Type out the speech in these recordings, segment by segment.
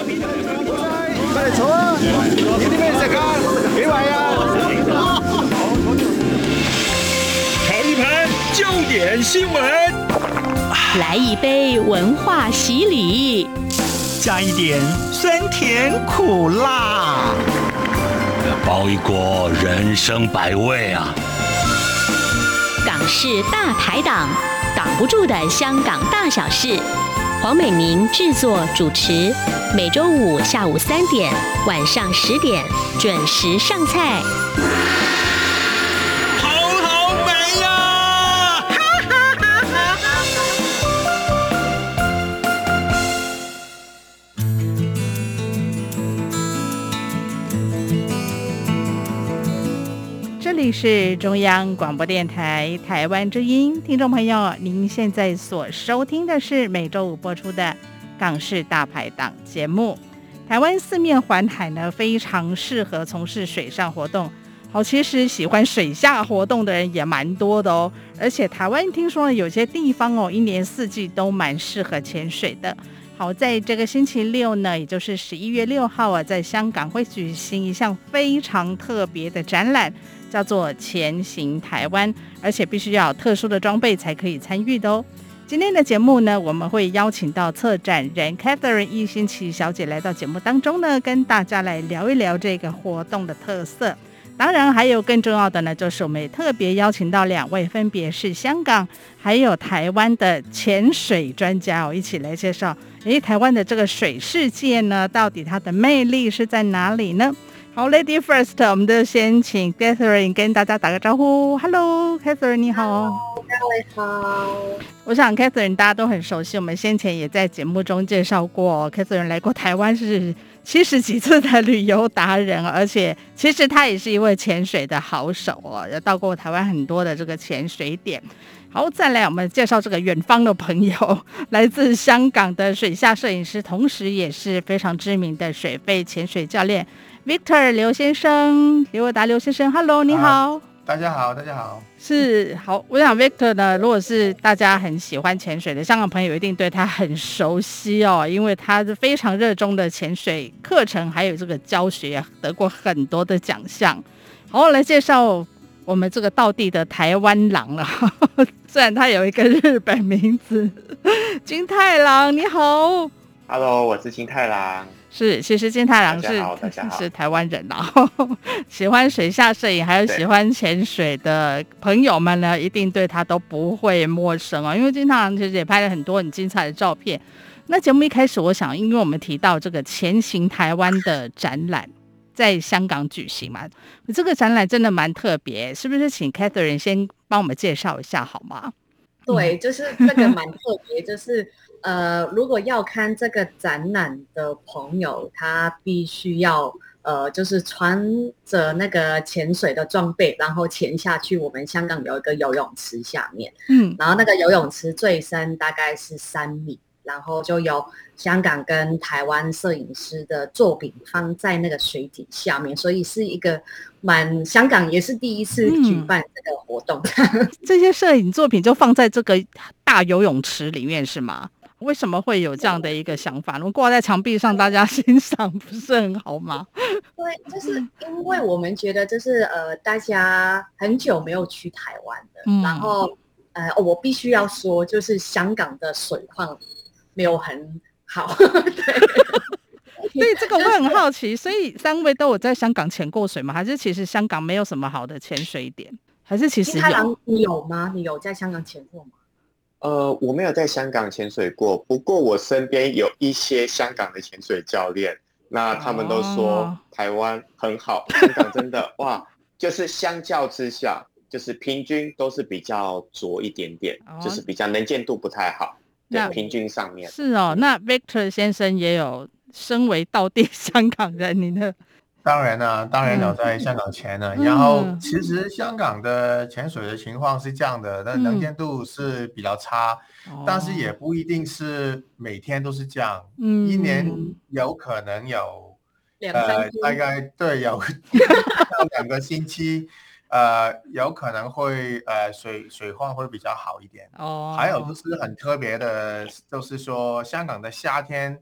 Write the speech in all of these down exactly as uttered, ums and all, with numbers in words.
快嚟坐啊！要啲咩食啊？幾位啊？ 尝一盘焦点新闻， 来一杯文化洗礼， 加一点酸甜苦辣， 包一锅人生百味啊！ 港式大排档，挡不住的香港大小事。黄美玲制作主持，每周五下午三点、晚上十点准时上菜。 好好美呀！ 这里是中央广播电台台湾之音，听众朋友，您现在所收听的是每周五播出的港式大排档节目。台湾四面环海呢，非常适合从事水上活动。好，其实喜欢水下活动的人也蛮多的哦。而且台湾听说有些地方哦，一年四季都蛮适合潜水的。好，在这个星期六呢，也就是十一月六号啊，在香港会举行一项非常特别的展览，叫做潜行台湾，而且必须要有特殊的装备才可以参与的哦。今天的节目呢，我们会邀请到策展人 Catherine 易新奇小姐来到节目当中呢，跟大家来聊一聊这个活动的特色。当然还有更重要的呢，就是我们也特别邀请到两位，分别是香港还有台湾的潜水专家哦，一起来介绍诶，台湾的这个水世界呢，到底它的魅力是在哪里呢？好 ，Lady First， 我们就先请 Catherine 跟大家打个招呼。Hello， Catherine 你好。 各位好。 我想 Catherine 大家都很熟悉，我们先前也在节目中介绍过 Catherine 来过台湾是七十几次的旅游达人，而且其实他也是一位潜水的好手哦，也到过台湾很多的这个潜水点。好，再来我们介绍这个远方的朋友，来自香港的水下摄影师，同时也是非常知名的水肺潜水教练 Victor 刘先生，刘伟达刘先生 ，Hello， 你好。 啊，大家好，大家好。 是，好，我想 Victor 呢，如果是大家很喜欢潜水的香港朋友，一定对他很熟悉哦，因为他是非常热衷的潜水课程，还有这个教学，得过很多的奖项。好，来介绍我们这个道地的台湾郎了，虽然他有一个日本名字，金太郎，你好。 Hello， 我是金太郎。 是，其实金太郎是是台湾人，然后喜欢水下摄影还有喜欢潜水的朋友们呢，一定对他都不会陌生哦。因为金太郎其实也拍了很多很精彩的照片。那节目一开始，我想，因为我们提到这个潜行台湾的展览在香港举行嘛，这个展览真的蛮特别，是不是？请 Catherine 先帮我们介绍一下好吗？ 对，就是这个蛮特别，就是呃，如果要看这个展览的朋友，他必须要呃，就是穿着那个潜水的装备，然后潜下去。我们香港有一个游泳池下面，嗯，然后那个游泳池最深大概是三米，然后就有香港跟台湾摄影师的作品放在那个水底下面，所以是一个蛮香港也是第一次举办这个活动。 嗯、这些摄影作品就放在这个大游泳池里面是吗？为什么会有这样的一个想法？挂在墙壁上，大家欣赏不是很好吗？ 对，就是因为我们觉得就是呃，大家很久没有去台湾的，嗯、然后呃，我必须要说，就是香港的水况没有很好。对。 对，这个我很好奇，所以三位都有在香港潜过水吗？还是其实香港没有什么好的潜水点？还是其实有？ 你有吗？你有在香港潜过吗？ 呃，我没有在香港潜水过，不过我身边有一些香港的潜水教练，那他们都说台湾很好，香港真的哇，就是相较之下，就是平均都是比较浊一点点，哦、就是比较能见度不太好，对，平均上面是哦。那 Victor 先生也有身为道地香港人，你的。 当然了、啊，当然有在香港潜了、嗯。然后其实香港的潜水的情况是这样的，但能见度是比较差、嗯，但是也不一定是每天都是这样。嗯，一年有可能有呃大概对有两个星期，呃有可能会呃水水况会比较好一点。哦，还有就是很特别的，就是说香港的夏天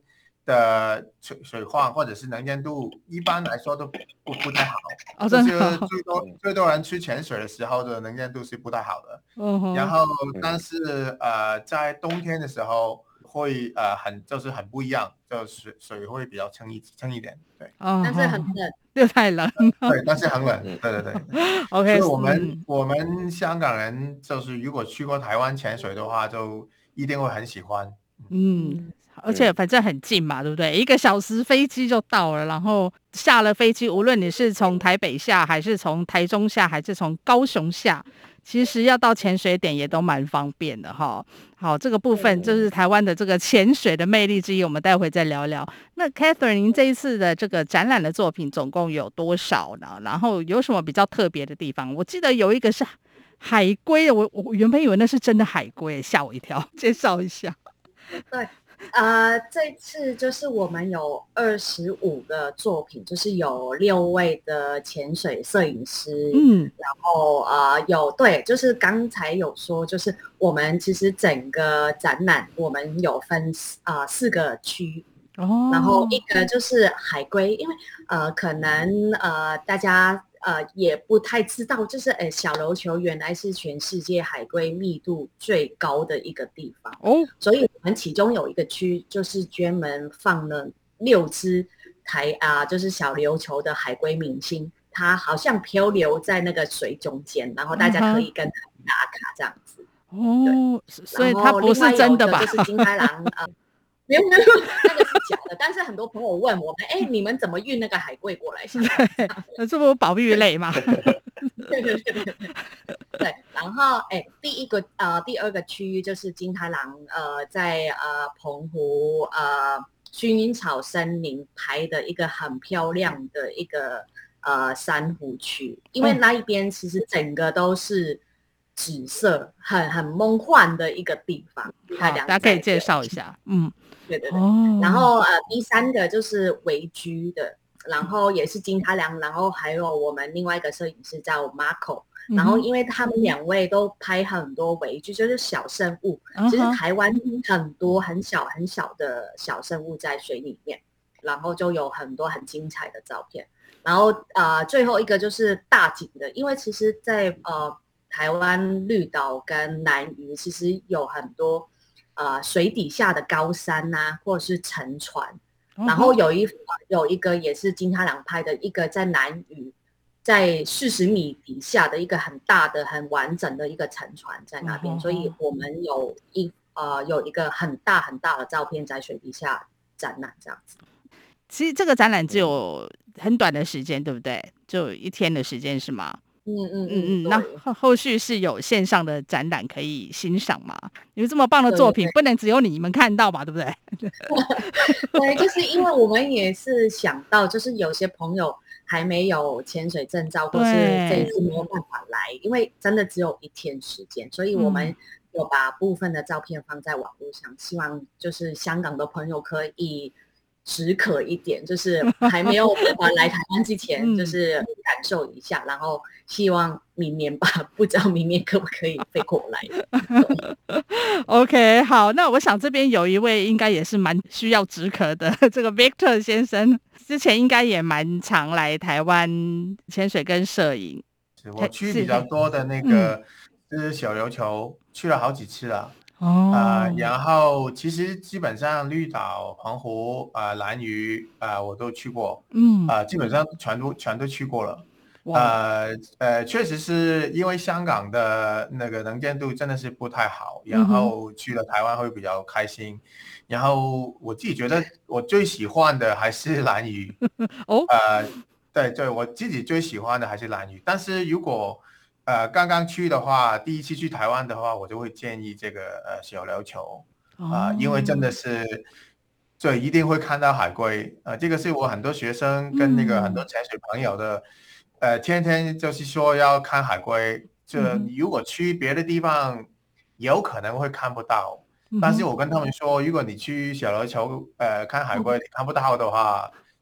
的水水况或者是能见度，一般来说都不不太好。 哦， 就是真的哦最多最多人去潜水的时候的能见度是不太好的。 嗯哼然后，但是呃，在冬天的时候会呃很就是很不一样，就水水会比较清一清一点，对。 哦， 但是很冷， 又太冷。 对，但是很冷，对对对。 OK， 所以我们、 嗯我们香港人就是如果去过台湾潜水的话，就一定会很喜欢。 嗯，而且反正很近嘛，对不对？一个小时飞机就到了，然后下了飞机，无论你是从台北下，还是从台中下，还是从高雄下，其实要到潜水点也都蛮方便的哈。好，这个部分就是台湾的这个潜水的魅力之一，我们待会再聊聊。那 Catherine， 您这一次的这个展览的作品总共有多少呢？然后有什么比较特别的地方？我记得有一个是海龟，我我原本以为那是真的海龟，吓我一跳。介绍一下。 对，呃，这次就是我们有二十五个作品，就是有六位的潜水摄影师， 嗯， 然后呃有对，就是刚才有说，就是我们其实整个展览我们有分啊、呃、四个区。 哦， 然后一个就是海龟，因为呃可能呃大家呃也不太知道，就是呃小琉球原来是全世界海龟密度最高的一个地方哦， 所以我们其中有一个区就是专门放了六只台啊、呃，就是小琉球的海龟明星，它好像漂流在那个水中间，然后大家可以跟它打卡这样子。 哦，所以它不是真的吧？ 就是金开郎啊。呃没有没有，那个是假的。但是很多朋友问我们，哎，你们怎么运那个海龟过来？ 对，这不是保育类吗？ 对对对对对。对，然后哎，第一个呃，第二个区域就是金太郎呃，在呃澎湖呃薰衣草森林拍的一个很漂亮的一个呃珊瑚区，因为那一边其实整个都是紫色，很很梦幻的一个地方。 好，大家可以介绍一下，嗯。 对对对，哦、然后呃，第三个就是围居的，然后也是金太良，然后还有我们另外一个摄影师叫 Marco，、嗯、然后因为他们两位都拍很多围居，就是小生物，其实台湾很多很小很小的小生物在水里面，然后就有很多很精彩的照片。然后呃，最后一个就是大景的，因为其实在呃台湾绿岛跟南屿，其实有很多。呃，水底下的高山啊，或者是沉船，哦、然后有一有一个也是金太郎拍的一个在南屿，在四十米底下的一个很大的、很完整的一个沉船在那边，哦、所以我们有一呃有一个很大很大的照片在水底下展览这样子。 其实这个展览只有很短的时间，对不对？就一天的时间是吗？ 嗯嗯嗯嗯，那后后续是有线上的展览可以欣赏吗？有这么棒的作品，对对对不能只有你们看到嘛，对不对？ 对，就是因为我们也是想到，就是有些朋友还没有潜水证照，或是这一次没有办法来，因为真的只有一天时间，所以我们有把部分的照片放在网络上，希望就是香港的朋友可以止渴一点，就是还没有办法来台湾之前，就是感受一下，然后希望明年吧，不知道明年可不可以飞过来。 OK， 好，那我想这边有一位应该也是蛮需要止渴的，这个 Victor 先生，之前应该也蛮常来台湾潜水跟摄影。 我去比较多的那个就是小琉球，去了好几次了。 哦、 呃，然后其实基本上绿岛、澎湖、呃兰屿，呃我都去过，嗯，呃基本上全都全都去过了，呃呃，确实是因为香港的那个能见度真的是不太好，然后去了台湾会比较开心，嗯、然后我自己觉得我最喜欢的还是兰屿，哦，呃，对对，我自己最喜欢的还是兰屿，但是如果呃，刚刚去的话，第一次去台湾的话，我就会建议这个呃小琉球啊、呃，因为真的是，就一定会看到海龟。呃，这个是我很多学生跟那个很多潜水朋友的，嗯、呃，天天就是说要看海龟。就如果去别的地方，有可能会看不到。嗯、但是我跟他们说，如果你去小琉球呃看海龟，你看不到的话，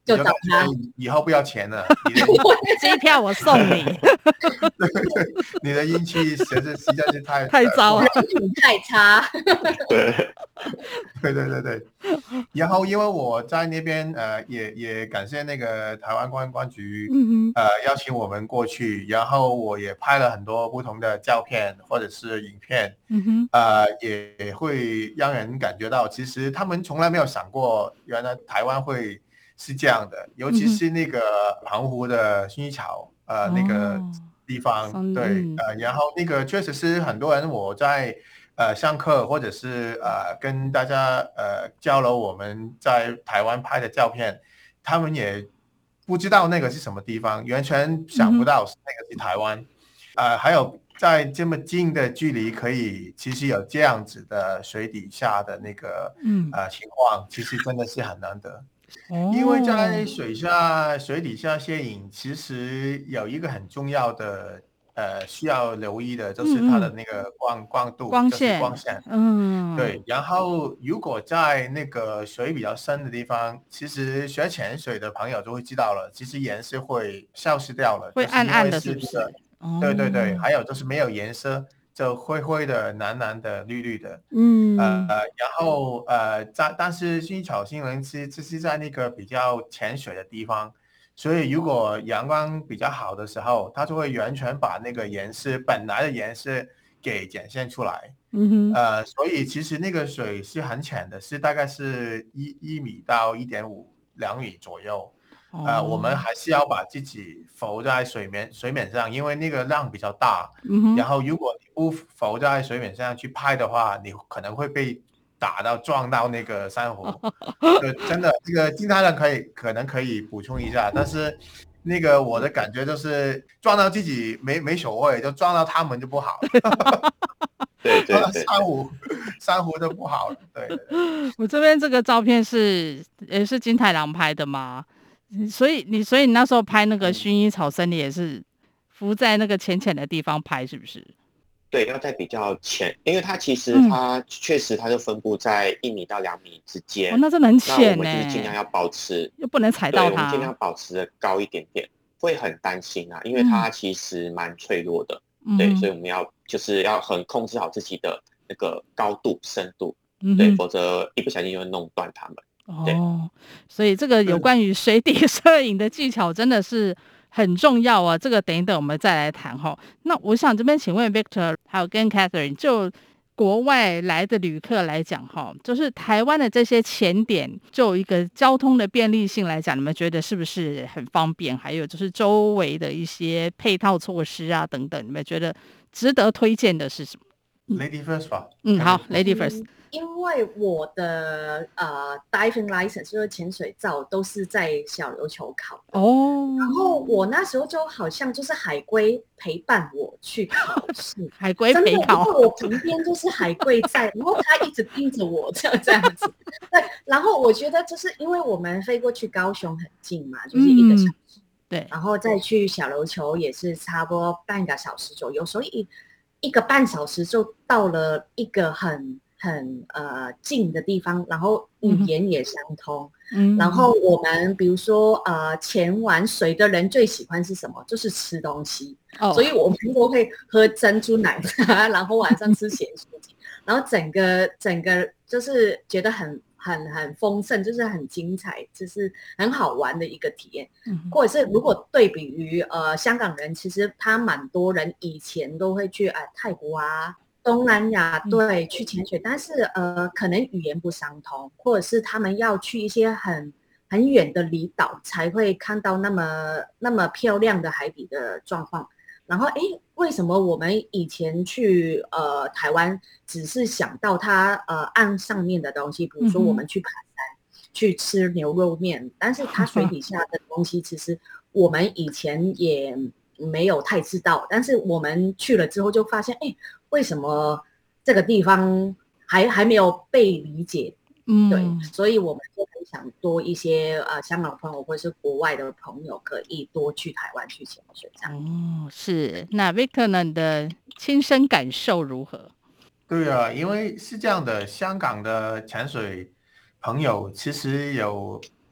就找他， 以后不要钱了， 机票我送你。 你的运气实在实在是太太糟了， 太差。 对， 对对对对。然后因为我在那边，呃，也也感谢那个台湾观光局， 嗯呃，邀请我们过去，然后我也拍了很多不同的照片或者是影片， 嗯哼， 呃，也会让人感觉到，其实他们从来没有想过，原来台湾会是这样的，尤其是那个澎湖的薰衣草，呃， 哦、 那个地方，对，呃，然后那个确实是很多人我在呃上课或者是呃跟大家呃交流我们在台湾拍的照片，他们也不知道那个是什么地方，完全想不到是那个是台湾，嗯、呃，还有在这么近的距离可以其实有这样子的水底下的那个、嗯、呃情况，其实真的是很难得。因为在水下、水底下摄影，其实有一个很重要的呃需要留意的，就是它的那个光、嗯、光度、 光线、 就是、光线。 嗯， 对。然后如果在那个水比较深的地方，其实学潜水的朋友就会知道了，其实颜色会消失掉了， 会暗暗的，是不是？ 哦、对对对，还有就是没有颜色。就灰灰的、蓝蓝的、绿绿的， 嗯， 呃，然后呃，在但是薰衣草新闻是这是在那个比较浅水的地方，所以如果阳光比较好的时候，它就会完全把那个颜色本来的颜色给展现出来， 嗯哼， 呃，所以其实那个水是很浅的，是大概是一一米到一点五两米左右。呃，我们还是要把自己浮在水面水面上，因为那个浪比较大。 嗯、 然后，如果你不浮在水面上去拍的话，你可能会被打到撞到那个珊瑚。就真的，这个金泰人可以可能可以补充一下，但是那个我的感觉就是撞到自己没没所谓，就撞到他们就不好。 对对对， 珊瑚珊瑚都不好。对对对， 我这边这个照片是也是金太郎拍的吗？所以你，所以你那时候拍那个薰衣草森林也是浮在那个浅浅的地方拍，是不是？ 对，要在比较浅，因为它其实它确实它就分布在一米到两米之间、 嗯哦，那真的很浅呢。 那我们就是尽量要保持， 又不能踩到它， 对，我们尽量保持的高一点点，会很担心啊，因为它其实蛮脆弱的，嗯、对，所以我们要就是要很控制好自己的那个高度、深度，嗯、对，否则一不小心就会弄断它们。 哦，所以这个有关于水底摄影的技巧真的是很重要啊！这个等一等我们再来谈哈。那我想这边请问 Victor 还有跟 Catherine， 就国外来的旅客来讲哈，就是台湾的这些潜点，就一个交通的便利性来讲，你们觉得是不是很方便？还有就是周围的一些配套措施啊等等，你们觉得值得推荐的是什么 ？Lady first 吧。 嗯，好 ，Lady first。 因为我的呃 diving license 就是潜水照都是在小琉球考的哦， 然后我那时候就好像就是海龟陪伴我去考试， 海龟陪考， 真的，我旁边就是海龟在，然后他一直盯着我，这样这样子。对，然后我觉得就是因为我们飞过去高雄很近嘛，就是一个小时， 嗯、对， 然后再去小琉球也是差不多半个小时左右，所以一个半小时就到了一个很。很呃近的地方，然后语言也相通，嗯，然后我们比如说呃潜完水的人最喜欢是什么？就是吃东西，哦、所以我们都会喝珍珠奶茶，然后晚上吃咸酥鸡，然后整个整个就是觉得很很很丰盛，就是很精彩，就是很好玩的一个体验。嗯、或者是如果对比于呃香港人，其实他蛮多人以前都会去呃泰国啊。东南亚对去潜水，但是呃可能语言不相通，或者是他们要去一些很很远的离岛才会看到那么那么漂亮的海底的状况。然后哎，为什么我们以前去呃台湾只是想到它呃岸上面的东西，比如说我们去爬山、嗯、去吃牛肉面，但是它水底下的东西其实我们以前也没有太知道，但是我们去了之后就发现，哎。为什么这个地方还还没有被理解？嗯，对，所以我们就很想多一些呃香港朋友或者是国外的朋友可以多去台湾去潜水这样。 哦，是。那 Victor 呢？你的亲身感受如何？ 对啊，因为是这样的，香港的潜水朋友其实有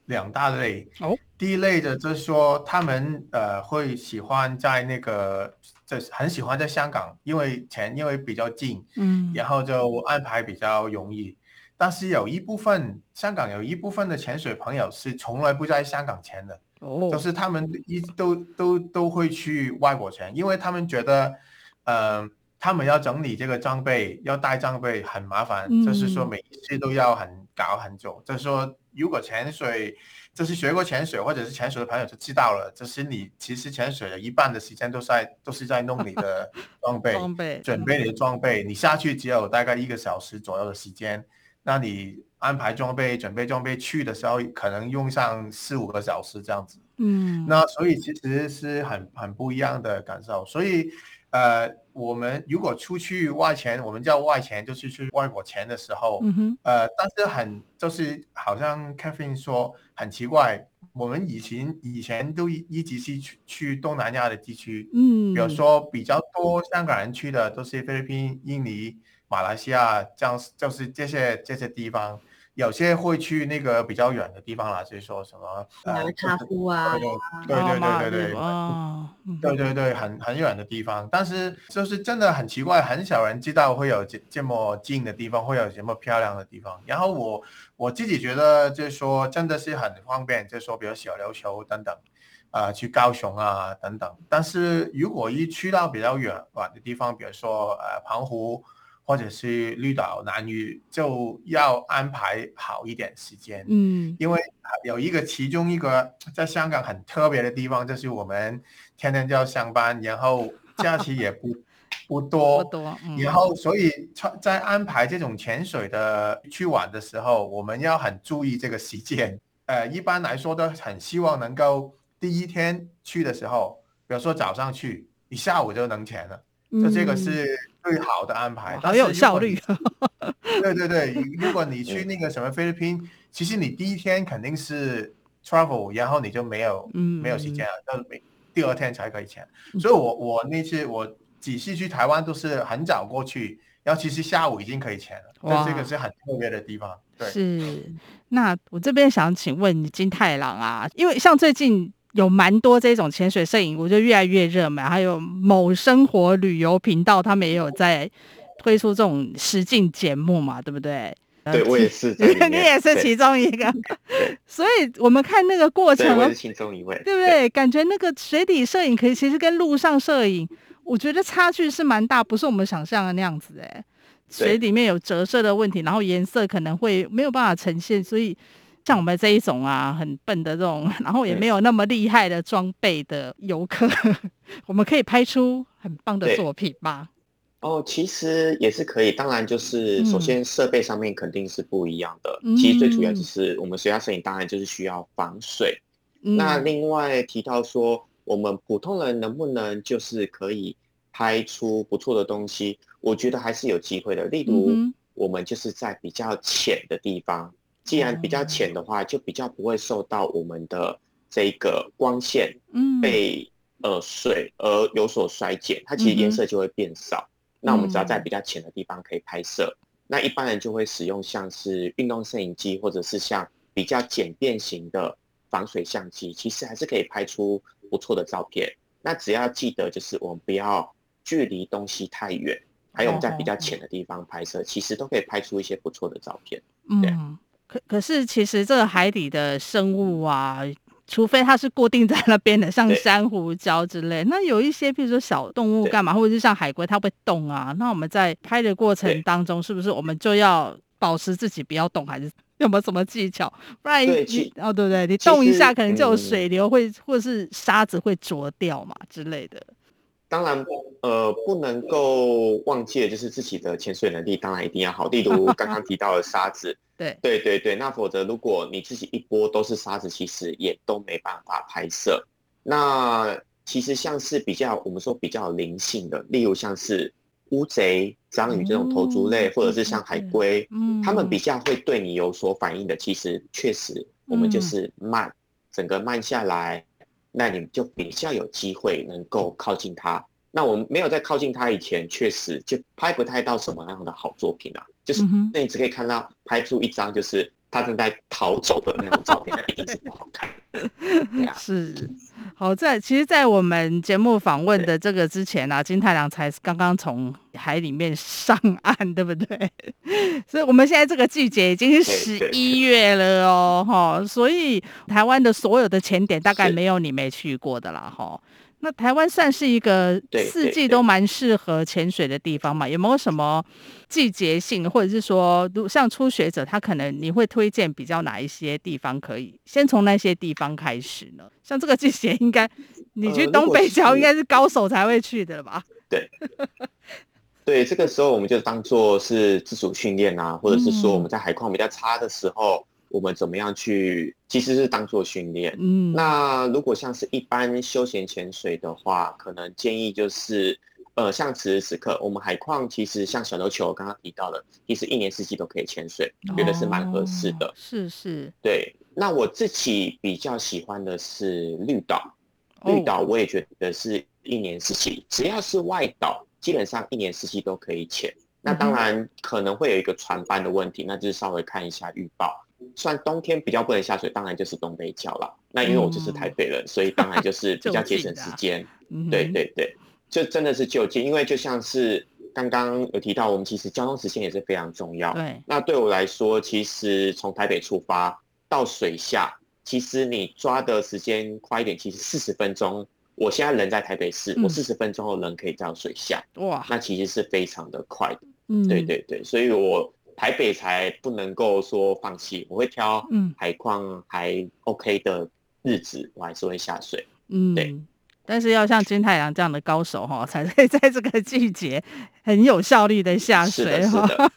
两大类。 哦， 第一类的就是说他们呃会喜欢在那个这很喜欢在香港，因为钱因为比较近， 嗯， 然后就安排比较容易。但是有一部分香港有一部分的潜水朋友是从来不在香港潜的， 哦， 就是他们一都都都会去外国潜，因为他们觉得，呃，他们要整理这个装备，要带装备很麻烦， 嗯， 就是说每一次都要很搞很久。就是说，如果潜水，就是学过潜水或者是潜水的朋友就知道了，就是你其实潜水的一半的时间都是在都是在弄你的装备， 装备准备你的装备，你下去只有大概一个小时左右的时间。那你安排装备、准备装备去的时候，可能用上四五个小时这样子。 嗯， 那所以其实是很很不一样的感受。所以，呃，我们如果出去外潜，我们叫外潜，就是去外国潜的时候， 嗯哼， 呃，但是很就是好像 Catherine 说很奇怪，我们以前以前都一直是去去东南亚的地区， 嗯， 比如说比较多香港人去的都是菲律宾、印尼、马来西亚，这样就是这些这些地方，有些会去那个比较远的地方啦，就是说什么马尔他夫啊， 对对对对对， 哦， 对对对，很很远的地方，但是就是真的很奇怪，很少人知道会有这这么近的地方，会有这么漂亮的地方。然后我我自己觉得就是说真的是很方便，就是说比如小琉球等等。呃，去高雄啊等等，但是如果一去到比较远远的地方，比如说呃澎湖或者是绿岛、南屿，就要安排好一点时间。 嗯， 因为有一个其中一个在香港很特别的地方，就是我们天天就要上班，然后假期也不不多， 不多，嗯， 然后所以在安排这种潜水的去玩的时候，我们要很注意这个时间。呃，一般来说都很希望能够。第一天去的时候，比如说早上去，你下午就能潜了，就这个是最好的安排， 好有效率。 对对对，如果你去那个什么菲律宾，其实你第一天肯定是 travel， 然后你就没有、嗯、没有时间了，就第二天才可以潜。所以我我那次我几次去台湾都是很早过去，然后其实下午已经可以潜了，就这个是很特别的地方。对， 是。那我这边想请问金太郎啊，因为像最近。有蛮多这种潜水摄影，我觉得越来越热门。还有某生活旅游频道，他们也有在推出这种实境节目嘛，对不对？ 对，我也是你也是其中一个。所以我们看那个过程， 我也是其中一位， 对不对？对，感觉那个水底摄影可以，其实跟陆上摄影，我觉得差距是蛮大，不是我们想象的那样子。哎，水里面有折射的问题，然后颜色可能会没有办法呈现，所以。像我们这一种啊，很笨的这种，然后也没有那么厉害的装备的游客，我们可以拍出很棒的作品吧？ 哦，其实也是可以。当然，就是首先设备上面肯定是不一样的。 嗯、 其实最主要就是我们水下摄影，当然就是需要防水。嗯、那另外提到说，我们普通人能不能就是可以拍出不错的东西？我觉得还是有机会的。例如，嗯、我们就是在比较浅的地方。既然比较浅的话，就比较不会受到我们的这个光线被、嗯、呃水而有所衰减，它其实颜色就会变少。嗯、那我们只要在比较浅的地方可以拍摄，嗯、那一般人就会使用像是运动摄影机，或者是像比较简便型的防水相机，其实还是可以拍出不错的照片。那只要记得就是我们不要距离东西太远，还有我们在比较浅的地方拍摄，其实都可以拍出一些不错的照片。对。 嗯可可是，其实这个海底的生物啊，除非它是固定在那边的，像珊瑚礁之类，那有一些，比如说小动物干嘛，或者是像海龟，它会动啊。那我们在拍的过程当中，是不是我们就要保持自己不要动，还是有没有什么技巧？不然你哦，对不对？你动一下，可能就有水流会，嗯、或者是沙子会浊掉嘛之类的。 当然，呃，不能够忘记的就是自己的潜水能力，当然一定要好。例如刚刚提到的沙子， 对对对对，那否则如果你自己一波都是沙子，其实也都没办法拍摄。那其实像是比较我们说比较灵性的，例如像是乌贼、章鱼这种头足类，嗯、或者是像海龟，嗯、他们比较会对你有所反应的。其实确实，我们就是慢，嗯、整个慢下来。那你就比较有机会能够靠近它。那我们没有在靠近它以前，确实就拍不太到什么样的好作品啊。就是那你只可以看到拍出一张就是它正在逃走的那种照片，一一直不好看。对啊， 是。好，在其实，在我们节目访问的这个之前啊，金太郎才刚刚从海里面上岸，对不对？所以我们现在这个季节已经是十一月了哦，哈，所以台湾的所有的潜点大概没有你没去过的啦，哈。那台湾算是一个四季都蛮适合潜水的地方嘛？有没有什么季节性，或者是说，像初学者他可能你会推荐比较哪一些地方可以先从那些地方开始呢？像这个季节，应该你去东北角应该是高手才会去的了吧？ 对。对，这个时候我们就当做是自主训练啊，或者是说我们在海况比较差的时候。我们怎么样去，其实是当做训练。嗯，那如果像是一般休闲潜水的话，可能建议就是，呃，像此时此刻，我们海况其实像小琉球刚刚提到的，其实一年四季都可以潜水，哦、觉得是蛮合适的。 是是。 对，那我自己比较喜欢的是绿岛，绿岛我也觉得是一年四季，只要是外岛，基本上一年四季都可以潜。那当然可能会有一个船班的问题，那就是稍微看一下预报。算冬天比较不能下水，当然就是东北角啦。那因为我就是台北人，嗯、所以当然就是比较节省时间。啊、对对对，就真的是就近，因为就像是刚刚有提到，我们其实交通时间也是非常重要。 对， 那对我来说，其实从台北出发到水下，其实你抓的时间快一点，其实四十分钟。我现在人在台北市，嗯、我四十分钟后人可以到水下。哇，那其实是非常的快的。嗯，对对对，所以我。台北才不能够说放弃，我会挑海况还 OK 的日子，我还是会下水。嗯，对。 但是要像金太郎这样的高手哈，才会在这个季节很有效率的下水。 是的，是的。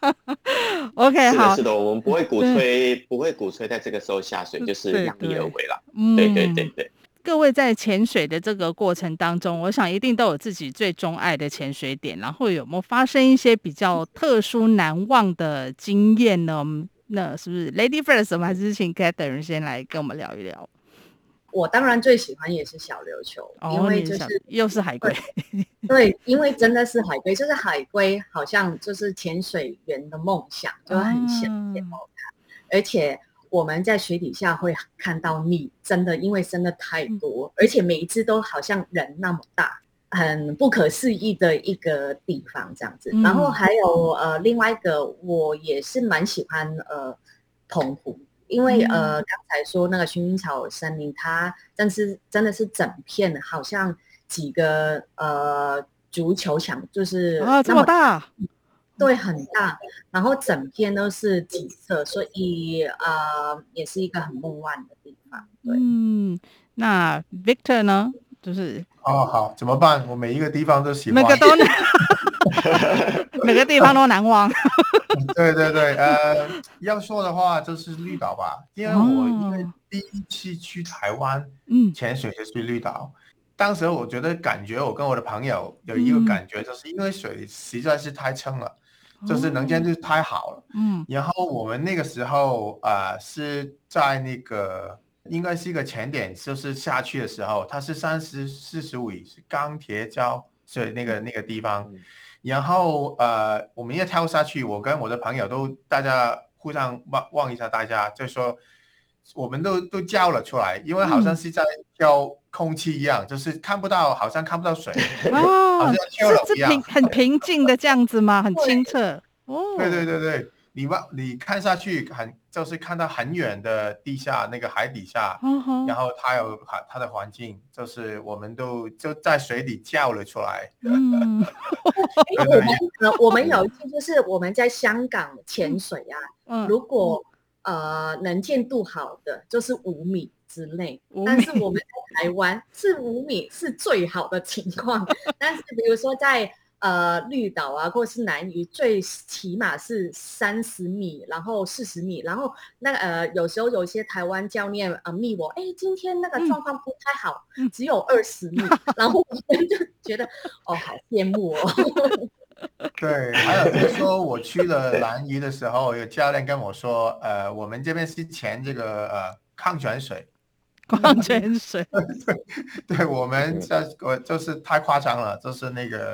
OK， 好， 是的，是的，我们不会鼓吹，不会鼓吹在这个时候下水，就是量力而为啦。对对对对。 各位在潜水的这个过程当中，我想一定都有自己最钟爱的潜水点，然后有没有发生一些比较特殊难忘的经验呢？那是不是 Lady First， 我们还是请 Catherine 先来跟我们聊一聊？ 我当然最喜欢也是小琉球，哦、因为就是又是海龟。 对，因为真的是海龟，就是海龟好像就是潜水员的梦想，就很想见到它，而且。我们在水底下会看到腻，真的，因为真的太多，而且每一只都好像人那么大，很不可思议的一个地方这样子。嗯、然后还有呃另外一个，我也是蛮喜欢呃澎湖，因为呃刚才说那个薰衣草森林，它真是真的是整片好像几个呃足球场，就是啊这么大。 对，很大，然后整片都是景色，所以呃，也是一个很梦幻的地方。对， 嗯，那 Victor 呢？就是哦，好，怎么办？我每一个地方都喜欢， 每个都难，每个地方都难忘。 对对对，呃，要说的话就是绿岛吧，因为我因为第一次去台湾潜水就是绿岛。嗯当时我觉得感觉我跟我的朋友有一个感觉，就是因为水实在是太清了，嗯、就是能见度太好了。嗯，然后我们那个时候呃是在那个应该是一个潜点，就是下去的时候，它是三十四十五是钢铁礁，所以那个那个地方，嗯、然后呃我们一跳下去，我跟我的朋友都大家互相望望一下，大家就说。我们都都叫了出来，因为好像是在跳空气一样，嗯、就是看不到，好像看不到水，哦、好像跳楼一样， 是很平静的这样子吗？很清澈。 哦，对对对对，你望你看下去，很就是看到很远的地下那个海底下，哦、然后它有它的环境，就是我们都就在水里叫了出来。嗯， 对对对我们有一次就是我们在香港潜水啊，嗯、如果。呃，能见度好的就是五米之内，但是我们在台湾是五米是最好的情况，但是比如说在呃绿岛啊，或者是南屿，最起码是三十米，然后四十米，然后那个呃有时候有些台湾教练呃密我，哎，今天那个状况不太好，嗯、只有二十米，然后我们就觉得哦，好羡慕哦。 对，还有就是说我去了兰屿的时候，有教练跟我说，呃，我们这边是潜这个呃矿泉水， 矿泉水， 对，对我们这我就是太夸张了，就是那个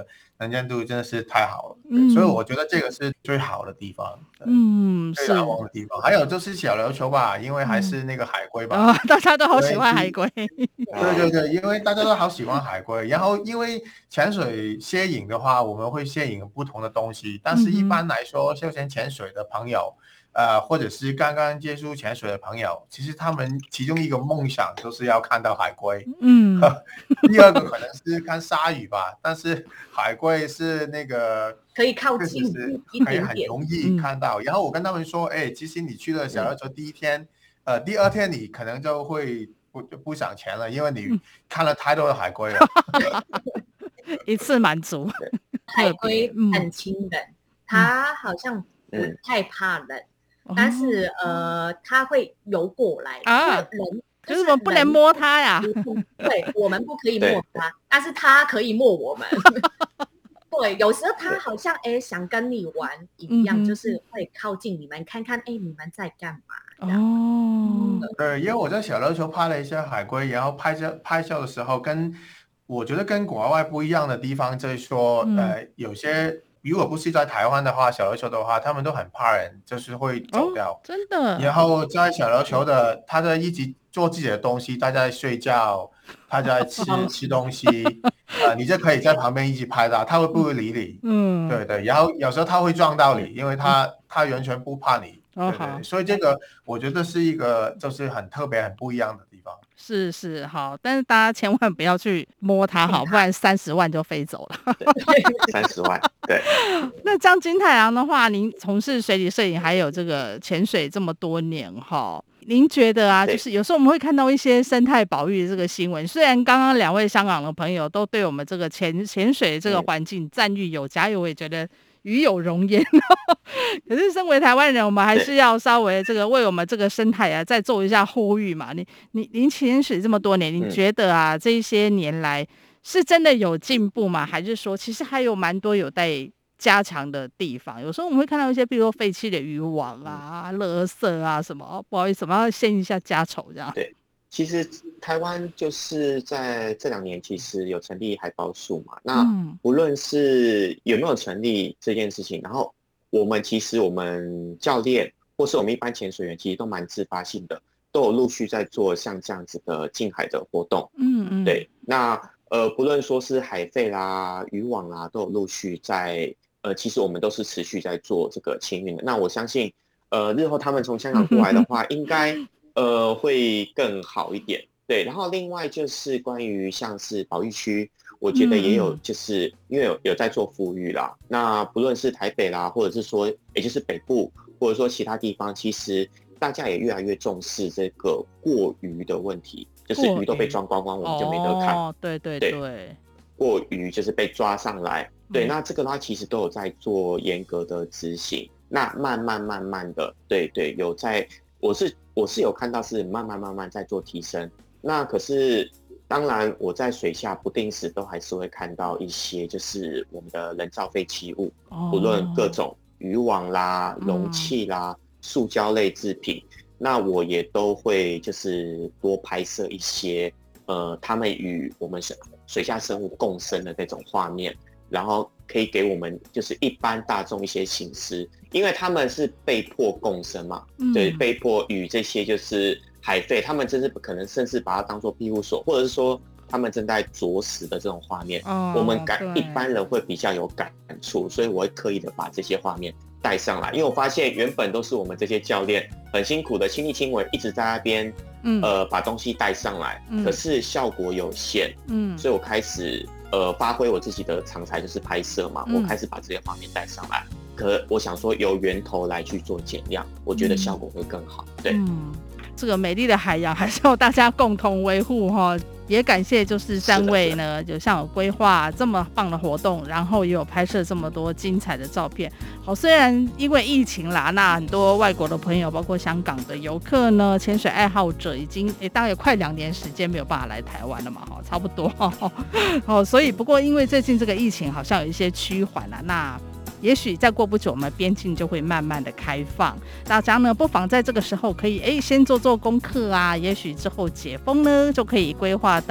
能见度真的是太好了， 嗯， 所以我觉得这个是最好的地方， 嗯， 最难忘的地方。还有就是小琉球吧，因为还是那个海龟吧， 嗯哦、大家都好喜欢海龟。 对对对，因为大家都好喜欢海龟。然后因为潜水摄影的话，我们会摄影不同的东西，但是一般来说，休闲潜水的朋友。呃，或者是刚刚接触潜水的朋友，其实他们其中一个梦想就是要看到海龟，嗯，第二个可能是看鲨鱼吧，但是海龟是那个可以靠近一点点， 可以很容易看到。嗯、然后我跟他们说，哎，其实你去了小琉球第一天，嗯、呃，第二天你可能就会不不想潜了，因为你看了太多的海龟了， 一次满足。 海龟很亲人，嗯、它好像不太怕人。嗯，但是呃，他会游过来啊，人就是我们不能摸他呀。 对，我们不可以摸他，但是他可以摸我们。对，有时候他好像哎想跟你玩一样，嗯、就是会靠近你们，看看哎你们在干嘛。 哦，对，因为我在小琉球拍了一些海龟，然后拍摄拍摄的时候跟，跟我觉得跟国外不一样的地方就是说，嗯、呃，有些。如果不是在台湾的话，小琉球的话，他们都很怕人，就是会走掉。 哦、真的。 然后在小琉球的，他在一直做自己的东西，他在睡觉，他在吃吃东西，呃，你就可以在旁边一起拍他，他会不会理你？嗯，对对。然后有时候他会撞到你，因为他、嗯、他完全不怕你。对对对，所以这个我觉得是一个就是很特别、很不一样的地方。 是是好，但是大家千万不要去摸它好，不然三十万就飞走了。 三十万，对。 那张金太郎的话，您从事水底摄影还有这个潜水这么多年哈，您觉得啊，就是有时候我们会看到一些生态保育的这个新闻，虽然刚刚两位香港的朋友都对我们这个潜潜水这个环境赞誉有加，我也觉得与有荣焉。可是身为台湾人，我们还是要稍微这个为我们这个生态啊再做一下呼吁嘛。你你您潜水这么多年，你觉得啊、嗯、这些年来是真的有进步吗？还是说其实还有蛮多有待加强的地方？有时候我们会看到一些比如说废弃的渔网啊、垃圾啊什么，哦、不好意思，我们要献一下家丑这样。 对，其实台湾就是在这两年其实有成立海保署嘛，那无论是有没有成立这件事情，然后我们其实我们教练或是我们一般潜水员其实都蛮自发性的，都有陆续在做像这样子的近海的活动。嗯嗯，对，那呃不论说是海废啦、渔网啦，都有陆续在呃，其实我们都是持续在做这个清运的。那我相信呃日后他们从香港过来的话，应该呃会更好一点。对，然后另外就是关于像是保育区，我觉得也有，就是因为有有在做复育啦。那不论是台北啦，或者是说，也就是北部，或者说其他地方，其实大家也越来越重视这个过鱼的问题，就是鱼都被装光光，我们就没得看。 哦，对对 对, 对， 过鱼就是被抓上来。对，那这个的话其实都有在做严格的执行。那慢慢慢慢的，对对，有在，我是我是有看到是慢慢慢慢在做提升。那可是，当然我在水下不定时都还是会看到一些，就是我们的人造废弃物，哦、不论各种渔网啦、容器啦、嗯、塑胶类制品，那我也都会就是多拍摄一些，呃，他们与我们水水下生物共生的那种画面，然后可以给我们就是一般大众一些省思，因为他们是被迫共生嘛，嗯、对，被迫与这些就是海废，他们真是可能甚至把它当作庇护所，或者是说他们正在啄食的这种画面，哦、我们感一般人会比较有感触，所以我会刻意的把这些画面带上来，因为我发现原本都是我们这些教练很辛苦的亲力亲为，一直在那边，嗯、呃把东西带上来，嗯、可是效果有限，嗯、所以我开始呃发挥我自己的长才，就是拍摄嘛，嗯、我开始把这些画面带上来。可我想说由源头来去做减量，我觉得效果会更好。对， 嗯，这个美丽的海洋还是要大家共同维护哈。也感谢就是三位呢，有像有规划这么棒的活动，然后也有拍摄这么多精彩的照片。好，虽然因为疫情啦，那很多外国的朋友，包括香港的游客呢，潜水爱好者已经诶大概有快两年时间没有办法来台湾了嘛，哈，差不多。哦，所以不过因为最近这个疫情好像有一些趋缓了，那也许再过不久，我们边境就会慢慢的开放。大家呢，不妨在这个时候可以哎先做做功课啊，也许之后解封呢，就可以规划到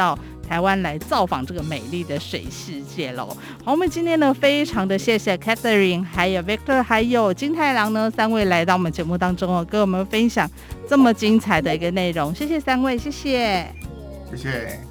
台湾来造访这个美丽的水世界喽。好，我们今天呢非常的谢谢 Catherine 还有 Victor 还有金太郎呢三位来到我们节目当中哦，跟我们分享这么精彩的一个内容，谢谢三位，谢谢， 谢谢。